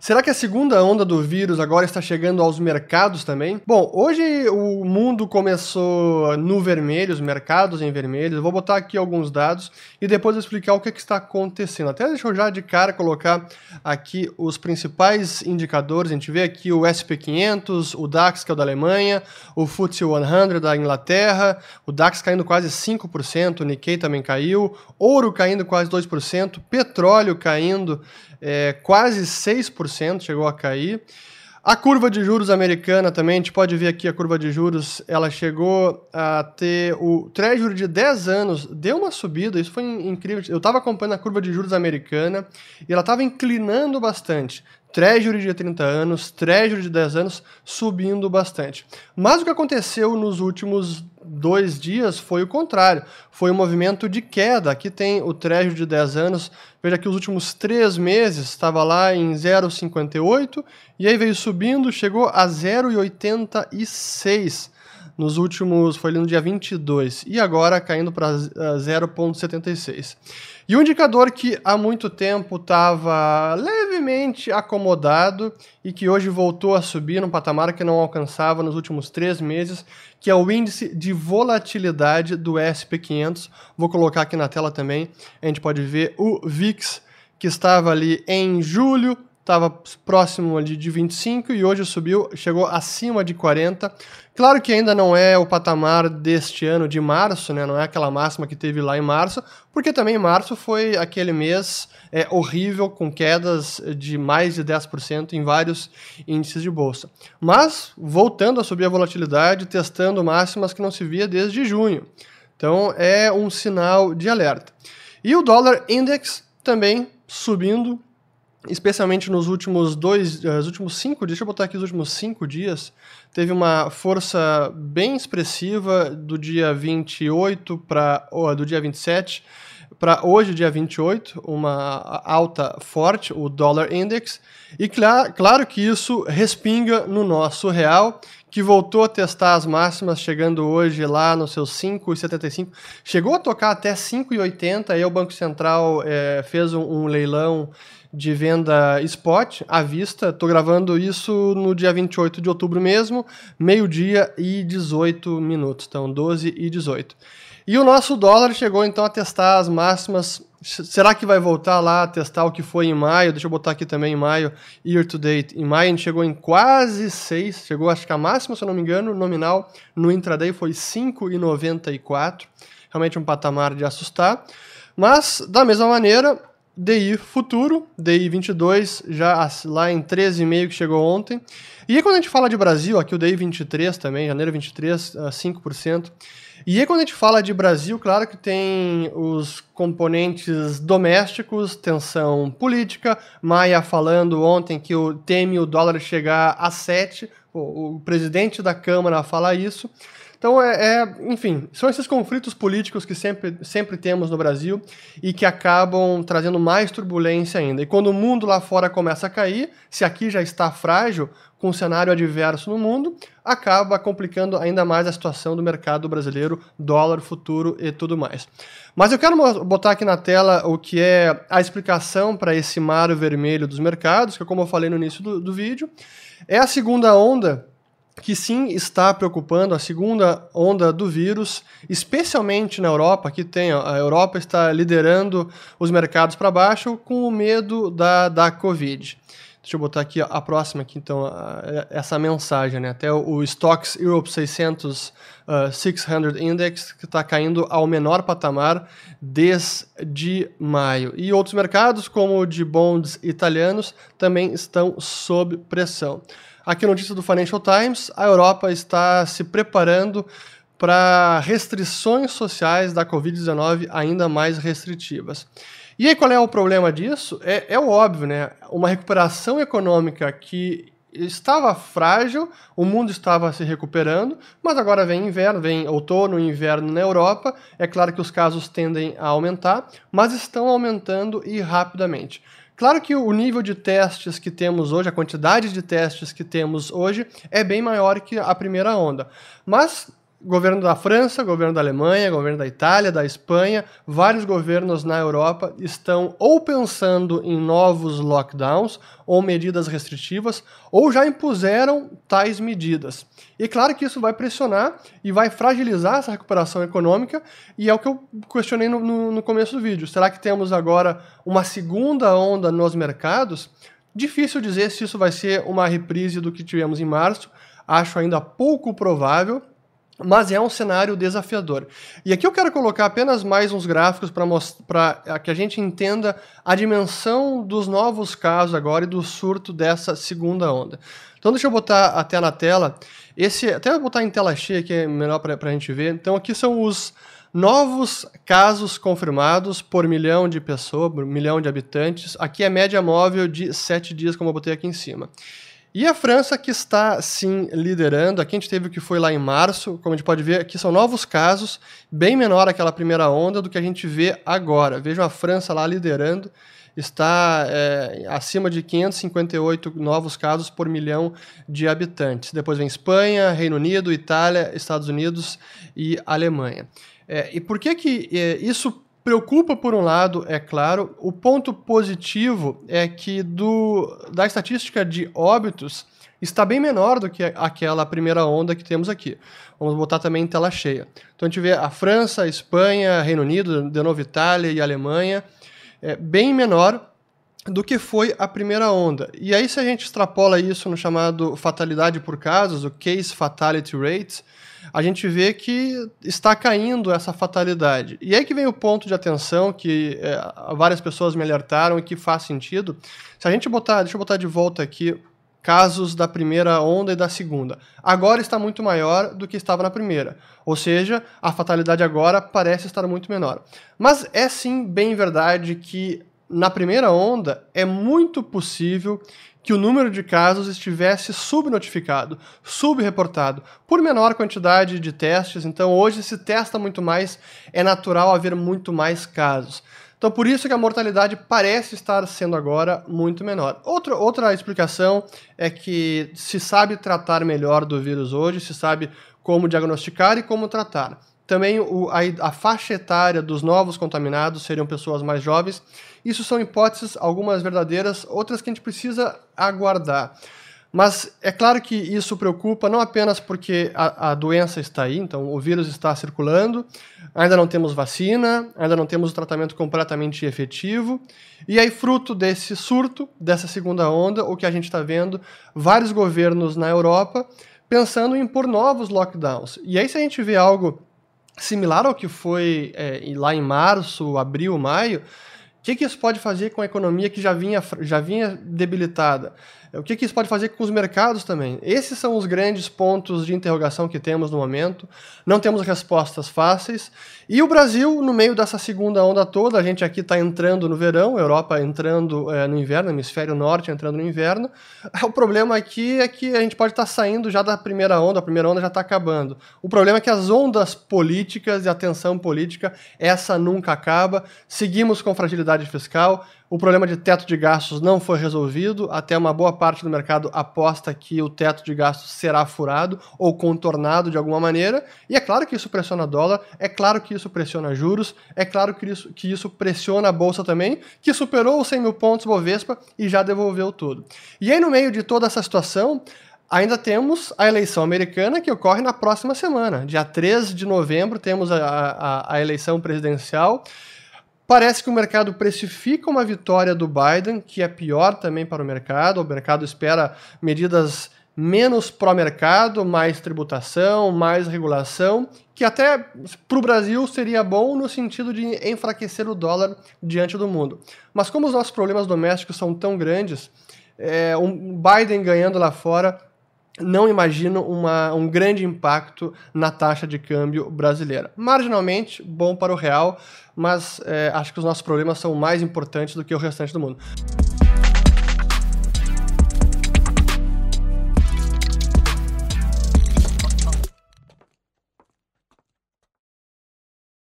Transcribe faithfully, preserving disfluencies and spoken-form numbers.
Será que a segunda onda do vírus agora está chegando aos mercados também? Bom, hoje o mundo começou no vermelho, os mercados em vermelho. Eu vou botar aqui alguns dados e depois explicar o que, é que está acontecendo. Até deixa eu já de cara colocar aqui os principais indicadores. A gente vê aqui o S P quinhentos, o DAX, que é o da Alemanha, o F T S E cem da Inglaterra, o DAX caindo quase cinco por cento, o Nikkei também caiu, ouro caindo quase dois por cento, petróleo caindo é, quase seis por cento, chegou a cair. A curva de juros americana também, a gente pode ver aqui a curva de juros, ela chegou a ter o Treasury de dez anos, deu uma subida, isso foi incrível. Eu estava acompanhando a curva de juros americana e ela estava inclinando bastante. Treasury de trinta anos, Treasury de dez anos subindo bastante. Mas o que aconteceu nos últimos dois dias foi o contrário. Foi um movimento de queda. Aqui tem o Treasury de dez anos. Veja que os últimos três meses estava lá em zero vírgula cinquenta e oito e aí veio subindo, chegou a zero vírgula oitenta e seis. Nos últimos, foi ali no dia vinte e dois, e agora caindo para zero vírgula setenta e seis. E um indicador que há muito tempo estava levemente acomodado e que hoje voltou a subir num patamar que não alcançava nos últimos três meses, que é o índice de volatilidade do S P quinhentos. Vou colocar aqui na tela também, a gente pode ver o V I X, que estava ali em julho, estava próximo ali de vinte e cinco e hoje subiu, chegou acima de quarenta. Claro que ainda não é o patamar deste ano de março, né? Não é aquela máxima que teve lá em março, porque também março foi aquele mês é, horrível, com quedas de mais de dez por cento em vários índices de bolsa. Mas voltando a subir a volatilidade, testando máximas que não se via desde junho. Então é um sinal de alerta. E o dólar index também subindo, especialmente nos últimos dois, os últimos cinco dias, deixa eu botar aqui os últimos cinco dias, teve uma força bem expressiva do dia vinte e oito para do dia vinte e sete para hoje, dia vinte e oito, uma alta forte, o dólar index, e cl- claro que isso respinga no nosso real, que voltou a testar as máximas, chegando hoje lá nos seus cinco vírgula setenta e cinco, chegou a tocar até cinco vírgula oitenta, aí o Banco Central é, fez um, um leilão de venda spot à vista. Estou gravando isso no dia vinte e oito de outubro mesmo, meio-dia e dezoito minutos, então doze e dezoito. E o nosso dólar chegou então a testar as máximas. Será que vai voltar lá a testar o que foi em maio? Deixa eu botar aqui também em maio, year to date. Em maio a gente chegou em quase seis, chegou acho que a máxima, se eu não me engano, nominal no intraday foi cinco vírgula noventa e quatro, realmente um patamar de assustar. Mas, da mesma maneira, D I futuro, D I vinte e dois, já lá em treze vírgula cinco que chegou ontem. E aí quando a gente fala de Brasil, aqui o D I vinte e três também, janeiro vinte e três, cinco por cento. E aí quando a gente fala de Brasil, claro que tem os componentes domésticos, tensão política, Maia falando ontem que o, teme o dólar chegar a sete, o, o presidente da Câmara fala isso. Então, é, é, enfim, são esses conflitos políticos que sempre, sempre temos no Brasil e que acabam trazendo mais turbulência ainda. E quando o mundo lá fora começa a cair, se aqui já está frágil, com um cenário adverso no mundo, acaba complicando ainda mais a situação do mercado brasileiro, dólar futuro e tudo mais. Mas eu quero botar aqui na tela o que é a explicação para esse mar vermelho dos mercados, que como eu falei no início do, do vídeo, é a segunda onda que sim está preocupando, a segunda onda do vírus, especialmente na Europa, que tem, ó, a Europa está liderando os mercados para baixo com o medo da, da Covid. Deixa eu botar aqui ó, a próxima, aqui, então, a, essa mensagem, né? Até o, o Stocks Europe seiscentos, uh, seiscentos Index, que está caindo ao menor patamar desde maio. E outros mercados, como o de bonds italianos, também estão sob pressão. Aqui notícia do Financial Times, a Europa está se preparando para restrições sociais da covid dezenove ainda mais restritivas. E aí qual é o problema disso? É, é o óbvio, né? Uma recuperação econômica que estava frágil, o mundo estava se recuperando, mas agora vem inverno, vem outono e inverno na Europa, é claro que os casos tendem a aumentar, mas estão aumentando e rapidamente. Claro que o nível de testes que temos hoje, a quantidade de testes que temos hoje é bem maior que a primeira onda, mas governo da França, governo da Alemanha, governo da Itália, da Espanha, vários governos na Europa estão ou pensando em novos lockdowns ou medidas restritivas, ou já impuseram tais medidas. E claro que isso vai pressionar e vai fragilizar essa recuperação econômica, e é o que eu questionei no, no, no começo do vídeo. Será que temos agora uma segunda onda nos mercados? Difícil dizer se isso vai ser uma reprise do que tivemos em março, acho ainda pouco provável, mas é um cenário desafiador. E aqui eu quero colocar apenas mais uns gráficos para que a gente entenda a dimensão dos novos casos agora e do surto dessa segunda onda. Então deixa eu botar até na tela, esse, até eu botar em tela cheia que é melhor para a gente ver. Então aqui são os novos casos confirmados por milhão de pessoas, por milhão de habitantes. Aqui é a média móvel de sete dias, como eu botei aqui em cima. E a França que está, sim, liderando. Aqui a gente teve o que foi lá em março. Como a gente pode ver, aqui são novos casos, bem menor aquela primeira onda do que a gente vê agora. Vejam a França lá liderando. Está é, acima de quinhentos e cinquenta e oito novos casos por milhão de habitantes. Depois vem Espanha, Reino Unido, Itália, Estados Unidos e Alemanha. É, e por que que é, isso preocupa por um lado, é claro. O ponto positivo é que do, da estatística de óbitos está bem menor do que aquela primeira onda que temos aqui. Vamos botar também em tela cheia. Então a gente vê a França, a Espanha, Reino Unido, de novo Itália e Alemanha, é bem menor do que foi a primeira onda. E aí se a gente extrapola isso no chamado fatalidade por casos, o Case Fatality Rate, a gente vê que está caindo essa fatalidade. E aí que vem o ponto de atenção que é, várias pessoas me alertaram e que faz sentido. Se a gente botar, deixa eu botar de volta aqui, casos da primeira onda e da segunda. Agora está muito maior do que estava na primeira. Ou seja, a fatalidade agora parece estar muito menor. Mas é sim bem verdade que na primeira onda é muito possível que o número de casos estivesse subnotificado, subreportado, por menor quantidade de testes. Então hoje se testa muito mais, é natural haver muito mais casos. Então por isso que a mortalidade parece estar sendo agora muito menor. Outra, outra explicação é que se sabe tratar melhor do vírus hoje, se sabe como diagnosticar e como tratar. Também o, a, a faixa etária dos novos contaminados seriam pessoas mais jovens. Isso são hipóteses, algumas verdadeiras, outras que a gente precisa aguardar. Mas é claro que isso preocupa não apenas porque a, a doença está aí, então o vírus está circulando, ainda não temos vacina, ainda não temos o tratamento completamente efetivo, e aí fruto desse surto, dessa segunda onda, o que a gente está vendo, vários governos na Europa pensando em impor novos lockdowns. E aí se a gente vê algo similar ao que foi é, lá em março, abril, maio, o que, que isso pode fazer com a economia que já vinha, já vinha debilitada? O que, que isso pode fazer com os mercados também? Esses são os grandes pontos de interrogação que temos no momento. Não temos respostas fáceis. E o Brasil, no meio dessa segunda onda toda, a gente aqui está entrando no verão, a Europa entrando é, no inverno, o hemisfério norte entrando no inverno. O problema aqui é que a gente pode estar tá saindo já da primeira onda, a primeira onda já está acabando. O problema é que as ondas políticas e a tensão política, essa nunca acaba. Seguimos com fragilidade fiscal. O problema de teto de gastos não foi resolvido, até uma boa parte do mercado aposta que o teto de gastos será furado ou contornado de alguma maneira, e é claro que isso pressiona dólar, é claro que isso pressiona juros, é claro que isso, que isso pressiona a Bolsa também, que superou os cem mil pontos Bovespa e já devolveu tudo. E aí no meio de toda essa situação, ainda temos a eleição americana que ocorre na próxima semana, dia três de novembro temos a, a, a eleição presidencial. Parece que o mercado precifica uma vitória do Biden, que é pior também para o mercado. O mercado espera medidas menos pró-mercado, mais tributação, mais regulação, que até para o Brasil seria bom no sentido de enfraquecer o dólar diante do mundo. Mas como os nossos problemas domésticos são tão grandes, é, um Biden ganhando lá fora, não imagino uma, um grande impacto na taxa de câmbio brasileira. Marginalmente, bom para o real, mas é, acho que os nossos problemas são mais importantes do que o restante do mundo.